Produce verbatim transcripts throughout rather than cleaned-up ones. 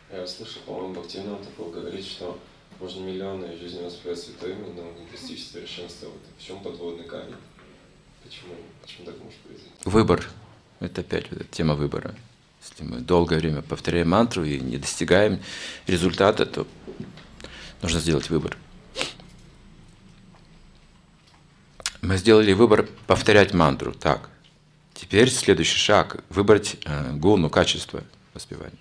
Я слышал, по-моему, Бхактивинода Такур говорит, что можно миллионы жизни воспринимать святыми, но не достичь совершенства. Вот в чем подводный камень? Почему? Почему так может произойти? Выбор. Это опять вот эта тема выбора. Если мы долгое время повторяем мантру и не достигаем результата, то нужно сделать выбор. Мы сделали выбор повторять мантру. Так. Теперь следующий шаг – выбрать э, гуну, качество воспевания.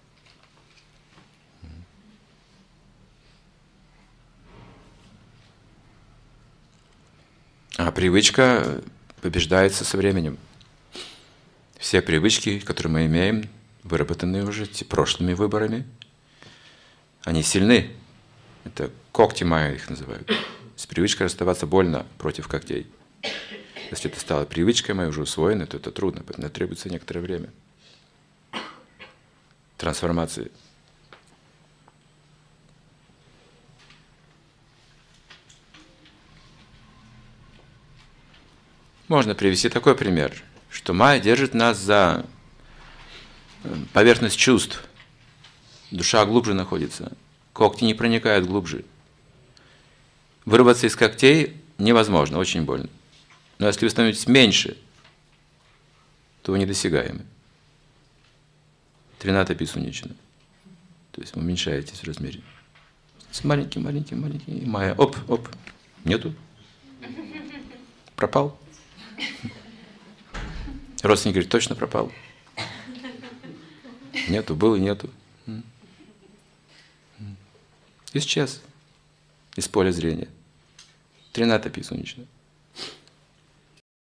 А привычка побеждается со временем. Все привычки, которые мы имеем, выработанные уже прошлыми выборами, они сильны. Это когти майя их называют. С привычкой расставаться больно против когтей. Если это стало привычкой моей, уже усвоенной, то это трудно, поэтому требуется некоторое время трансформации. Можно привести такой пример, что майя держит нас за поверхность чувств. Душа глубже находится, когти не проникают глубже. Вырваться из когтей невозможно, очень больно. Но если вы становитесь меньше, то вы недосягаемы. Тринада писуничина. То есть вы уменьшаетесь в размере. С маленьким, маленьким, маленьким, и майя. Оп, оп. Нету. Пропал. Родственник говорит, точно пропал. Нету, был и нету. Исчез из поля зрения. Тринада писуничина.